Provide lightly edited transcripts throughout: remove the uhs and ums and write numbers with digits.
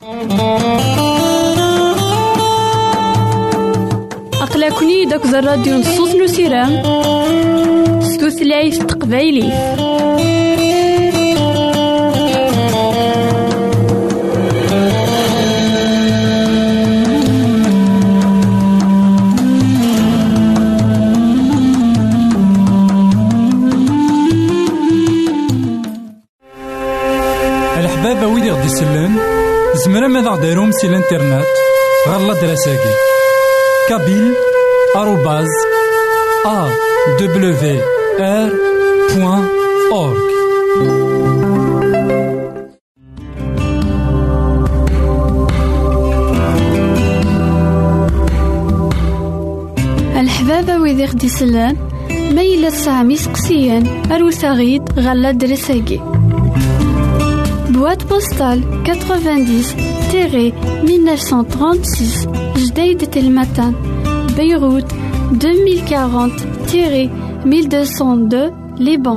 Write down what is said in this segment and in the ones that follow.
أقلكني داك الراديو نصوص نسيران ستوثلايف تقبايلي. الحبابة ويدي غدي يسلم زمرا ماذا غديرهم سي الانترنت غالا دراساكي kabyle@awr.org. الحبابة ويدي غدي يسلم ميلا سامي سقسيان أروساغيد غالا دراساكي boîte postale 90-1936 Jdeïd Telmatan Beyrouth 2040-1202 Liban.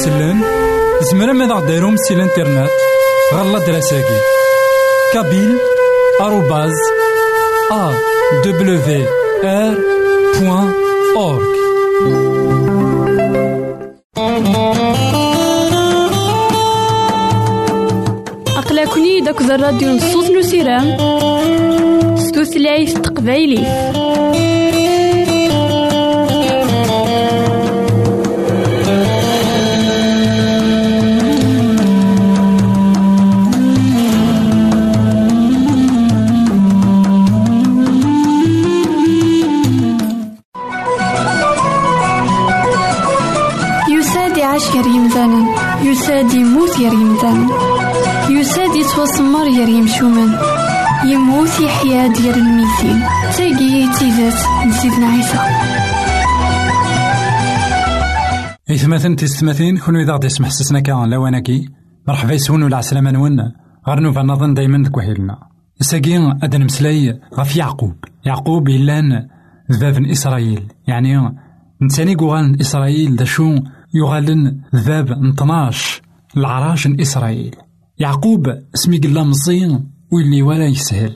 سلان زمرا ماذا غديرهم سي الانترنت غالا دراساكي كابيل @awr.org. أقلكني داك الراديو نصوص نسيرام ستوثلايف تقبايلي. يعيش يمثالا يساد يموت يمثالا يساد يتوسمر يمشومن يموت يحيا ديال الميتين تاقي تيزات نسيدنا عيسى إثماثن تستماثين كونو إذا غدي يسمح سسنا كان لواناكي مرحبا يسون ولا عسلامة نون غير نوفا نظن دايما ذكوحيلنا ساقين أدن مسلاي غف يعقوب إلان ذباب إسرائيل يعني نتاني قوغان إسرائيل دا شو يغالن ذباب 12 العراش إسرائيل. يعقوب اسمي قلا مزين ويلي ولا يسهل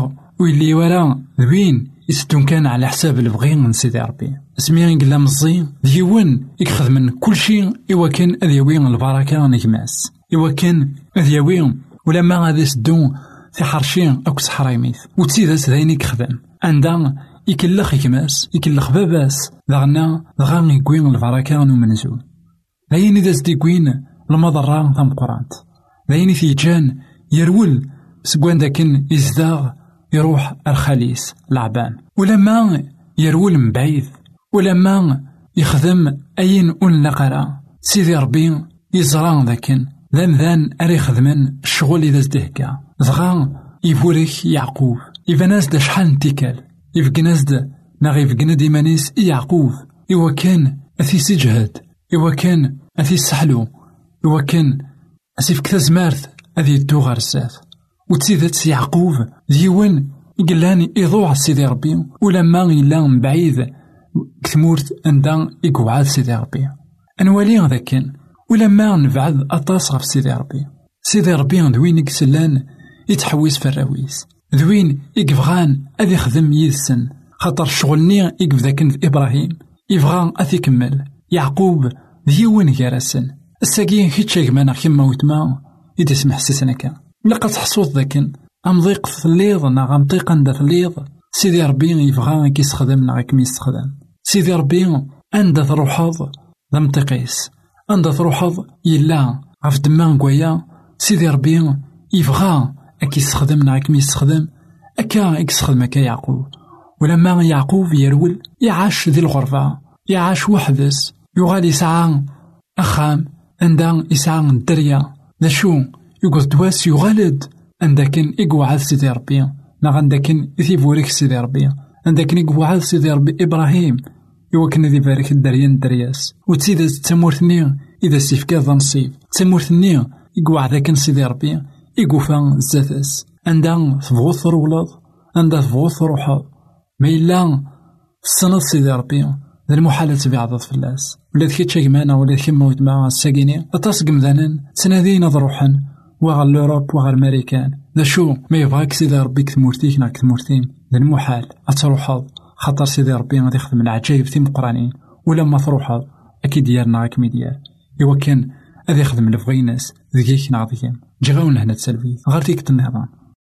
ويلي ولا ذوين يستون كان على حساب البغين من سيدي ربي اسمي قلا مزين ديون يخذ من كل شيء إوا كان أذيوين البركة نجماس إوا كان أذيوين ولما غادي يسدون في حرشين أو صحرايميث وتسيداس ذاين يخدم عندها يكلخ يكماس يكلخ باباس دغنا دغان يقوين البركة ومنزول ذاين داز ديقوين المضرة ثم قرانت ذاين ثيجان يرول سقوان داكن يزداغ يروح الخليس لعبان ولما يرول من بعيد ولما يخدم أين لقرا سيدي ربي يزران ذاكن ذان أري خدمن الشغل إذا زدهكا زغان يفوريك يعقوب يفناز دا شحال نتيكال يفقناز دا ناغي يفقنا ديمانيس يعقوب إوا كان أثي سجهد إوا كان أثي سحلو إوا كان أسيف كتاز مارث أذي يدو غرسات وتسيدت يعقوب ديوان يقلاني يضوع سيدي ربي ولما يلا من بعيد كثمورت عندها يقوعاد سيدي ربي أنوالي ذاكن ولما نبعد أطاس غف سيدي ربي دوين يكسلان يتحويس في الراويس دوين يقفغان أذي خدم يدسن خاطر شغلني يقف ذاكن في إبراهيم يبغى أثي كمل يعقوب ديوان جارسن الساقين هيتشاق مانا خيما وتما إذا سمح سسنكا لقد حصوت ذاكن أمضيق في الليض غمطيقا دا في الليض سيدي ربي يبغى كيستخدم كم يستخدم سيدي ربي عند تروحض ذمتقيس عند تروحض يلا عف دمان قويا سيدي ربي يبغى كيستخدم كم يستخدم أكا يستخدم أكا يعقوب ولما يعقوب يرول يعاش ذي الغرفة يعاش وحدس يغال يسعى أخام عندها يسعى الدريا ذا شو يقول دواس يغالد عندكن إقوعاد سيدي ربي عندكن يثيفوريك سيدي ربي عندكن إقوعاد سيدي ربي إبراهيم يوكن ذي بارك الدريان درياس وتسيد تمورثني إذا سيفكا نصيب تمورثني إقوعاد ذاكن سيدي ربي إقوفا زاتس عندها ثبوث رولاد عندها ثبوث روحا ما إلا السنة سيدي ربي ذا المحالة بعض فلاس ولا ذكي تشاقمانا ولا ذكي موت مع الساقيني أتصق مذانا سنادين ضروحا وغا الأوروب وغا الأمريكان ذا شو ما يبغاك سيدي ربي كثمورتيك ناك كثمورتين ذا المحال أتروحض خاطر سيدي ربي غادي يخدم العجايب ثيم قرانين ولما تروحض أكيد ديالنا غاك ميديال إوا كان غادي يخدم اللي بغا الناس ذكيك نعطيهم جغاون هنا تسلفي غير تيك النهضان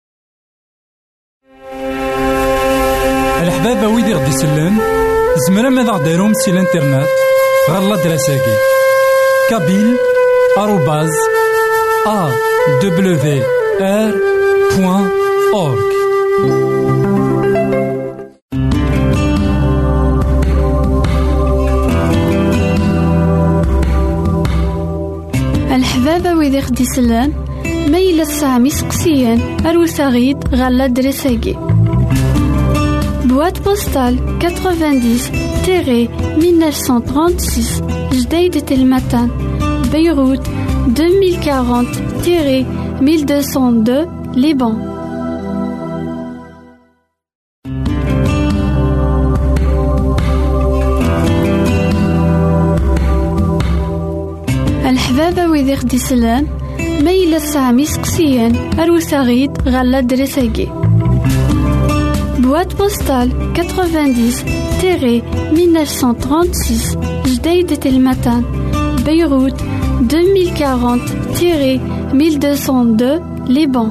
الحبابة ويدي غدي يسلم زمرا ماذا غديرهم سي الانترنت غالا دراساكي كابيل @awr.org. الحبابة ويدي غدي يسلم ميلا الساعة سقسيان أروساغيد غالا دراساكي Boîte postale 90-1936 Jdeïd Telmatan Beyrouth 2040-1202 Liban. الحبابة ويدي خدي سلان ميلا سامي سقسيان أروسا غيد غالا دريساكي Boîte postale 90-1936 Jdeïd Telmatan Beyrouth 2040-1202 Liban.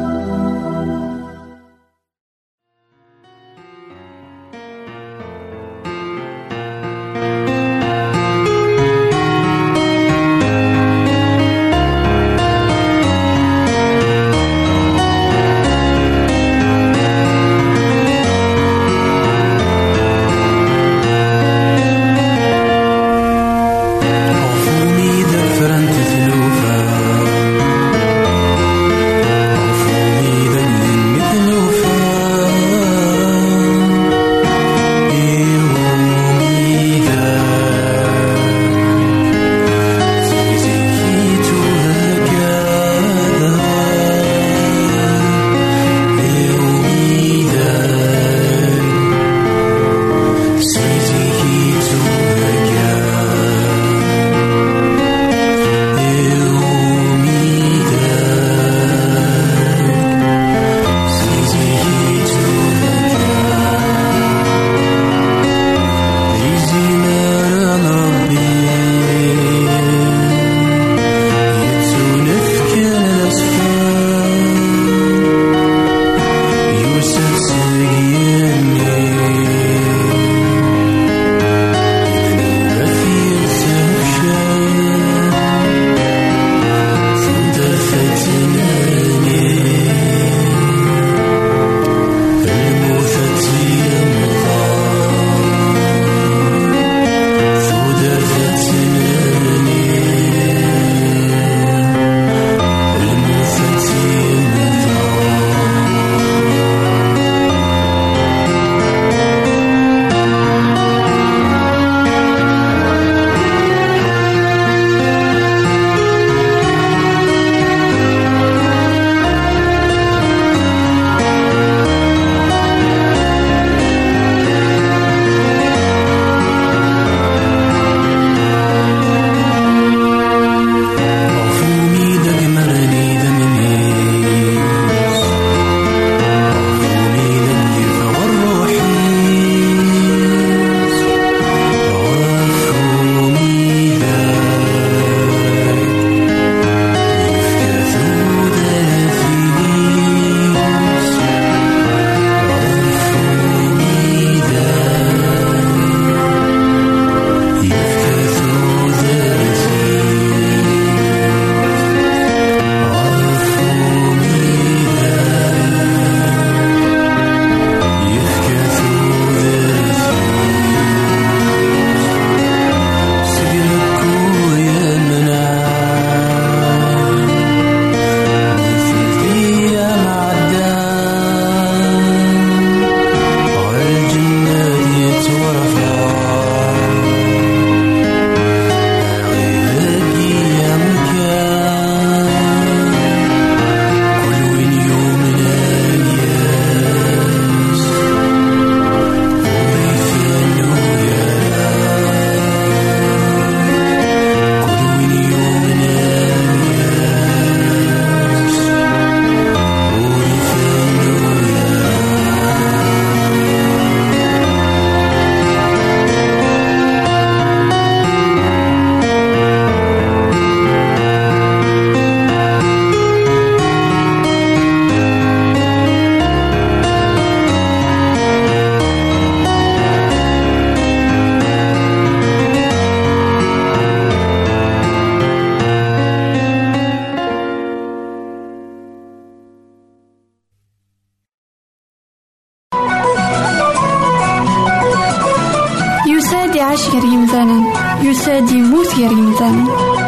يعيش غير يمثالا يساد يموت غير يمثالا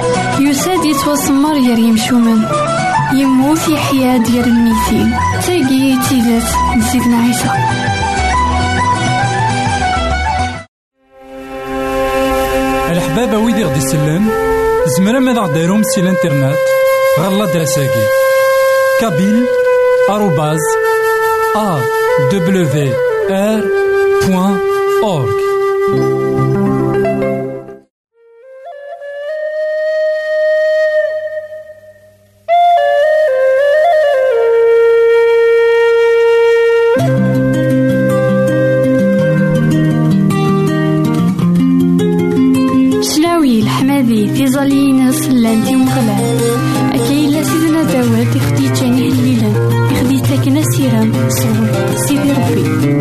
يساد يتوسمر غير يمشومان يموت يحيا ديال الميتين تاقي تيلات سيدنا عيسى. الحبابة ويدي غدي يسلم زمرا ماذا غديرهم سي الانترنت غالا دراساكي kabyle@awr.org. تيجي تيزالينس لانتي مغلال أكيلا سيدنا داود يخدي جاني هليلا يخدي تاكنا سيران صور سيدي ربي.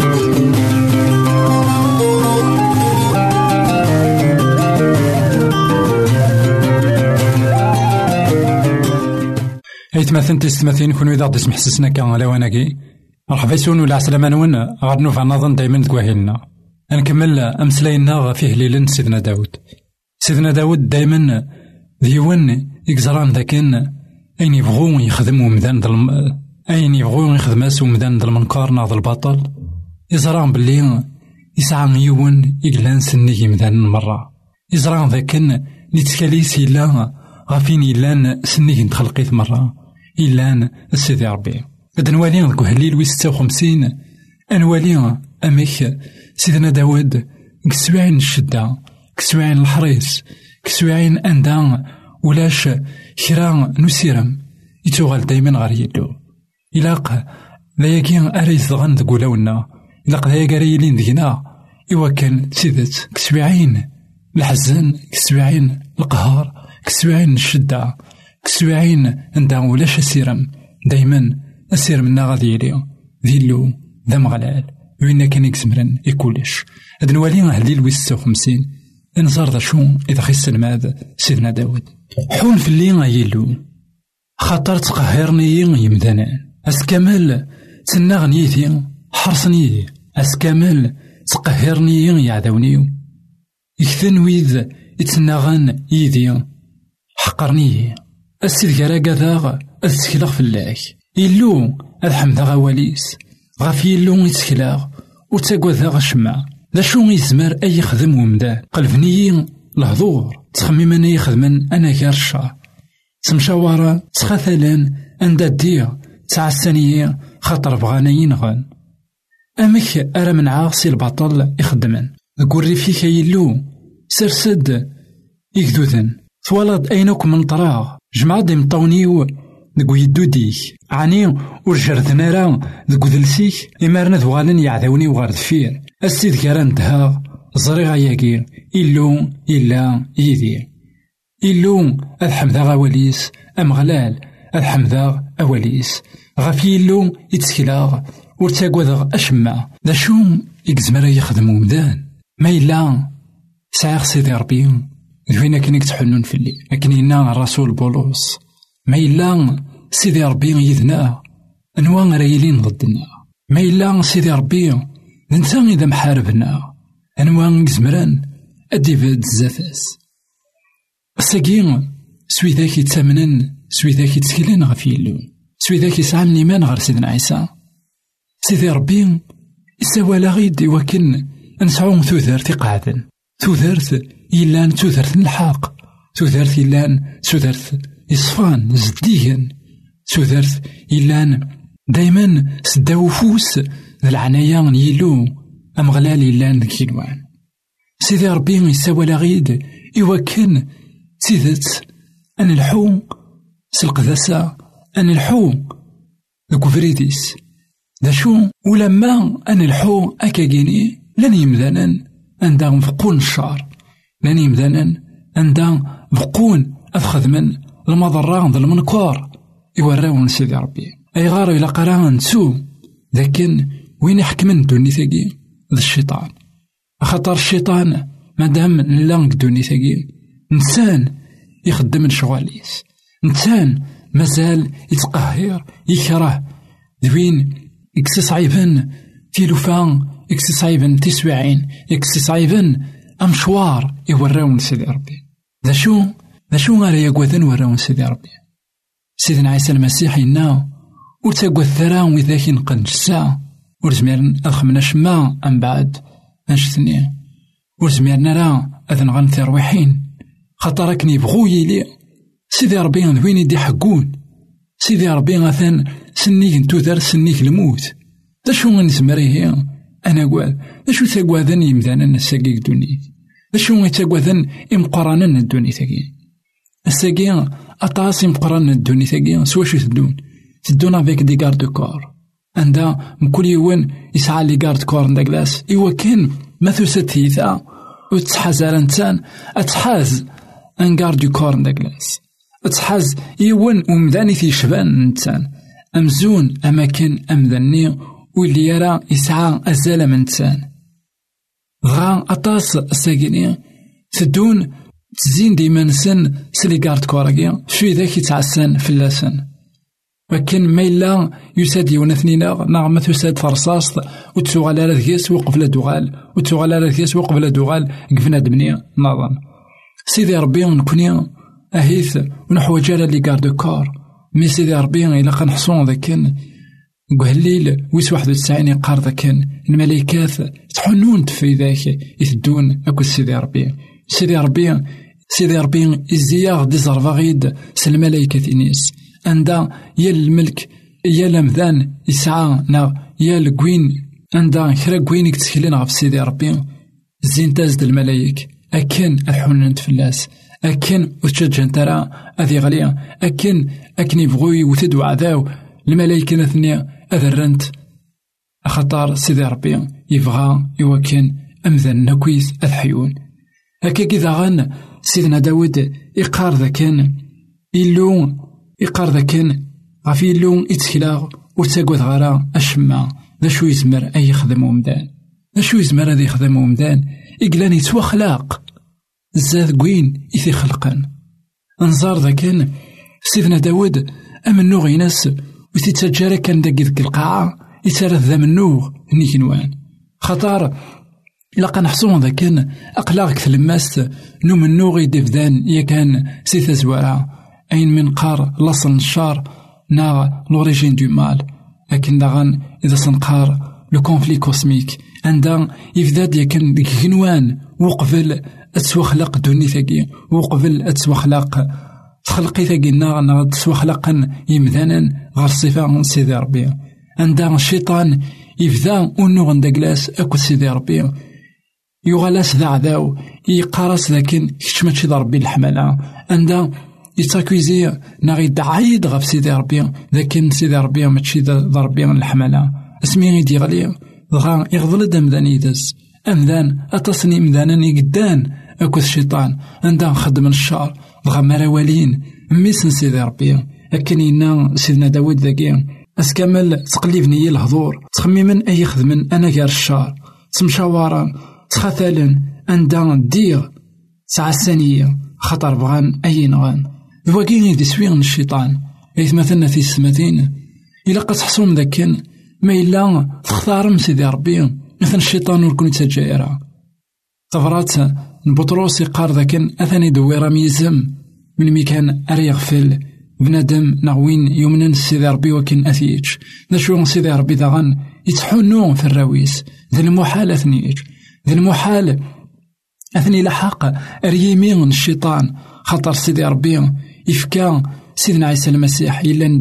مثلا تستمثين كون إذا غدي سمح سسنا كان لواناكي مرحبا يسون ولا عسلامة نون غاد نوفا نظن دايما تكواهيلنا نكمل أمسلاينا فيه ليلن سيدنا داود. سيدنا داود دايما ديوان يكزران ذاكن أين يبغون يخدموا مدان أين يبغون يخدماسو مدان المنكار ناض البطل يزران باللي يسعى يوان يقلان سني مدان مرة يزران ذاكن نتكاليس إلا غافين إلان سني نتخلقيت مرة إلان السيدي ربي. قد نوالي الكهليل وي 56 أنوالي أميك سيدنا داود كسوعين الشدة كسوعين الحريص كسوعين أندان ولاش كرا نسيرم يتوغل دايما غير يدو إلاق لا يكين أريز غن تقولونا إلاق لا يقريلين دينا إوا كان سيدت كسوعين الحزن كسوعين القهار كسوعين الشدة كسوعين أندان ولاش سيرم دايما أسير منا غادي يلي ذيلو ذا مغلال وين كان يكسمرن يكولش. هاد نوالي هليل وي 56 انزار ذا شو إذا خيس الماد سيدنا داود حول في اللي غايلو خاطر تقهرني يمدانا أسكامل تنغنيتي حرصني أسكامل تقهرني يعدوني يكثن ويذ يتنغن يدي حقرني السيد كراكا ذا أتسكلاغ في الله إلو الحمد غواليس غاف يلو يتسكلاغ وتاقوى ذا غشمع ذا شو يزمر أي يخدم ومدان قلبني الهضور تخميمني يخدمن أنا كارشا تمشاورا تخاثلان أندا ديا تعسانية خاطر بغانا ينغن أمك أرى من عاصي البطل يخدمن قولي فيك يلو سرسد يكدوذن ثوالد أينك من طراغ جمع دي مطونيو دقو يدو ديك عني ورجرتنا راه دقو دلسيك إمارنا ذوالن يعذوني وغارد فير السيد كاران دها زريغا ياكي إلو إلا يدي إلو الحمد غواليس أم غلال الحمد أواليس غافي إلو يتسكلاغ ورتاقوذغ أشما دا شو يكزمرا يخدمو مدان ما إلا سعيغ سيدي ربي فينا كنك تحنون في الليل لكن إنا الرسول بولوس ما إلا سيدي ربي يذنا أنواع رايلين ضدنا ما إلا سيدي ربي ننسى إذا محاربنا أنواع زمران أدي بزافاس الساقين سوي ذاك يتامنن سوي ذاك يتسكلين غفي اللون سوي ذاك يسعى الإيمان غير سيدنا عيسى سيدي ربي يساوى لاغيد وكن نسعون ثوثرت قاعدا ثوثرت إلا ثوثرت الحاق ثوثرت إلا ثوثرت إصفان زديهن ثوثرت إلا دايما سداو فوس العناية يلو أم غلال إلا كيلوان سيدي ربي يساوى لاغيد يوكن سيدت أن الحو سلقذاسا أن الحو الكفريديس دا شو ولما أن الحو أكاكيني لن يمدانا أندا فقون الشعر لن يمدانا أندا فقون أفخذ من المضران ذا المنكار يوراون سيدي ربي أي غارو إلا قران نسو لكن وين يحكمن دوني ثقي ذا الشيطان خطر الشيطان مادام نلانك دوني ثقي إنسان يخدم الشغاليس إنسان مازال يتقهر يكره ذوين إكسي صعيبن تيلوفان إكسي صعيبن تسويعين إكسي صعيبن أمشوار يوراون سيدي ربي ذا شو غير يقوذن وراون سيدي ربي سيدنا عيسى المسيح إنا وتاقوى الثران وذاك نقنج الساعة ورزميرن أخمنا شما أم بعد أنشتني ورزميرنا راه أذن غنثي رويحين خطركني بغوي لي سيدي ربي وين يدي حقون سيدي ربي غثان سنيك نتو دار سنيك الموت دا شو غنزمريه أنا قوال دا شو تاقوذن يمدانا نساقيك دونيت دا شو تاقوذن إمقرانا الدوني ثاقين الساقين أطاس إمقرانا الدوني ثاقين سوا شو تدون افيك دي غارد كور عندها مكل يوان يسعى لي غارد كور ندا كلاس إوا كان ما ثوثت هيثا وتحاز على إنسان أتحاز انكار دو كور داكلاس تحاز يون ومداني في شبان نتسان أمزون أماكن أمذني واللي يرى يسعى أزال من نتسان غا أطاس الساقيني تدون تزين ديما نسن سليقارد كوراكي شوي ذاك يتعسان في اللسان ولكن ما إلا يساد يونثنينا نعم تساد فرصاص وتسوغال على ذكيس وقبل دوغال وتسوغال على ذكيس وقبل دوغال قفنا دبني نظام سيدي ربي نكوني أهيث ونحوج على لي كاردو كور مي سيدي ربي إلا قنحصون ذاكن قهليل ويس 91 يقار ذاكن الملايكات تحنون في ذاك يثدون أكو سيدي ربي سيدي ربي إزياغ دي زرفاغيد سالملايكة نيس عندها يا الملك يا لمذان يسعى يا الكوين عندها خرا كوينك تسكلين غف سيدي ربي زين تازد الملايك أكن الحنون تفلاس أكن وتشجن ترى أذي غليا أكن يبغوي وتدو عذاو الملايكة نثنيا أذرنت أخطار سيدي ربي يبغى يوكن أمذن نكويس الحيون هكا كذا غن سيدنا داود إقار ذاكن إقار ذاكن غفي اللون إتسكلاغ وتساقوذ غرا الشماع ذا شو يزمر أي يخدمو مدان ذا شو يزمر أذي يخدمو مدان إقلان يتوا خلاق زاد قوين إثي خلقان انظار ذاكن سيدنا داود أمنو غيناس وثي تسجارة كان داك ذك القاعة يتارث ذا منوغ نيكنوان خطار لقا نحصون ذاكن أقلاغك ثلماس نو منوغ يدفدان يكان سيث زوارا أين من قار لصل نشار نا لوريجين دو مال لكن داغن إذا سنقار لو كونفلي كوسميك عندها يفداد يكن ديك غنوان وقبل أتسوخلق دوني ثاقي وقبل أتسوخلق خلقي ثاقي نا تسوخلقا يمذانا غير صفة سيدي ربي عندها الشيطان يفدا ونو غنداكلاس أكو سيدي ربي يغلاس ذا عذاو يقارس لكن كش ماشي ذا ربي الحملة عندها يتاكويزي ناغي دعايد غف سيدي ربي لكن سيدي ربي ماشي ذا ربي الحملة اسمي غيدي غلي غا يغضل دم ذاني داس أمذان أتصني مذانني قدان أكو الشيطان عندها خدم الشار غا مراوالين ميسن سيدي ربي أكن ينا سيدنا داود ذاكي أسكامل تقليبني الهضور تخميمن أي خدمن أنا غير الشار تمشاورا تخاثالن عندها دير ساعة ثانية خطر بغان أي نغان ذواكين يدي سويغن الشيطان إذ مثلنا في السماتين إلا قد تحصوم ذاكن ما إلا تختارم سيدي ربي مثل الشيطان وركون يتجايرا طفرات نبطروس يقار ذاكن أثاني دويرا ميزم من ميكان أريغفل بنادم نغوين يمنن سيدي ربي وكن أثيج نشوغن سيدي ربي داغن يتحنون في الراويس ذا المحال أثنيج ذا المحال أثني لحق أريمين الشيطان خطر سيدي ربي يفكا سيدنا عيسى المسيح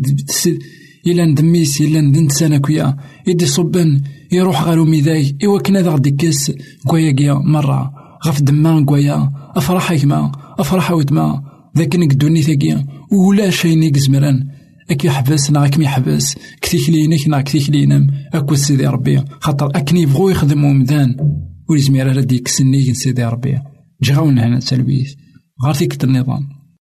إلا ندميس إلا ندنتسانا كويا يدي صبن يروح غالو ميداي إوا كنا ذا غدي كيس كويا مرة غف دمان كويا أفرح هكما أفرح ويتما ذاك نقدوني ثاقيا ولا شي نيك زمران أكي حبس نا أكمي حبس كثيكلينك نا كثيكلينم أكو سيدي ربي خاطر أكني بغو يخدمو مدان ولزمير ردي كسنيك سيدي ربي جاون هنا تلبيث غير فيك النظام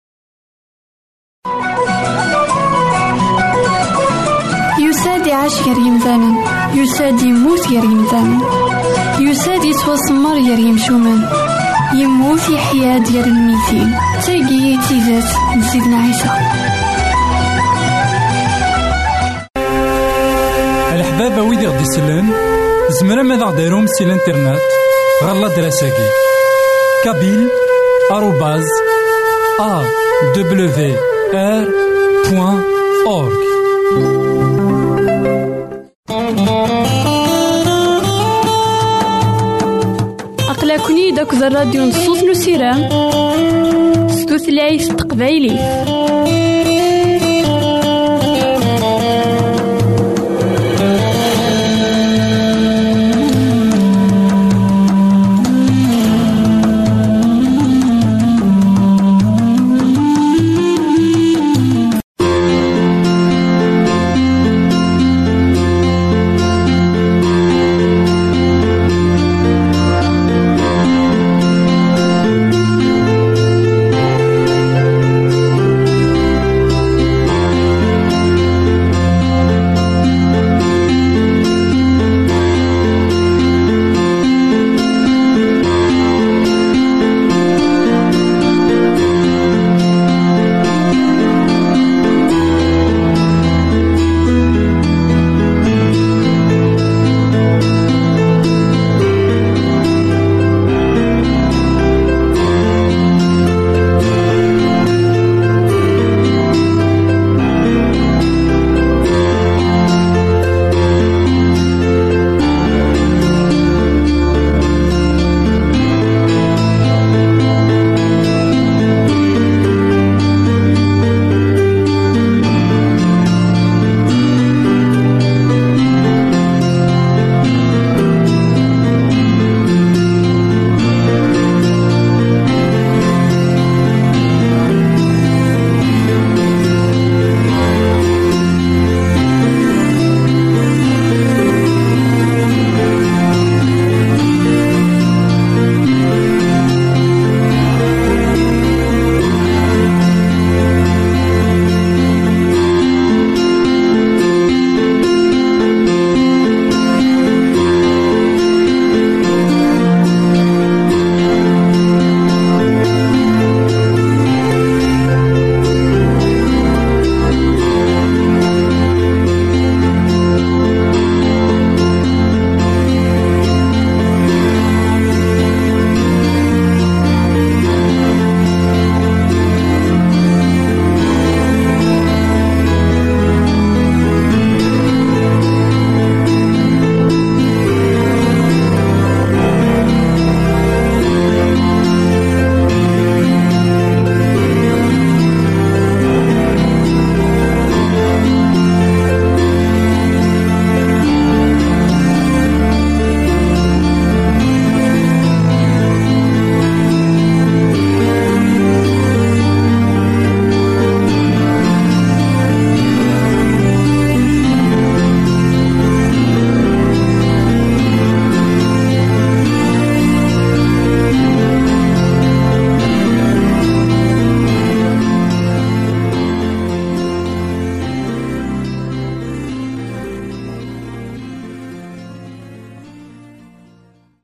يساد يعيش غير يمثالا يساد يموت غير يمثالا يساد يتوسمر غير يمشومان يموت يحيا ديال الميتين تاقي تيزات لسيدنا عيسى. الحبابة ويدي غدي يسلم زمرا ماذا غديرهم سي الانترنت غالا دراساكي كابيل @awr.org. أقلكني داك الراديو نصوص نسيران ستوثلايف تقبايلي.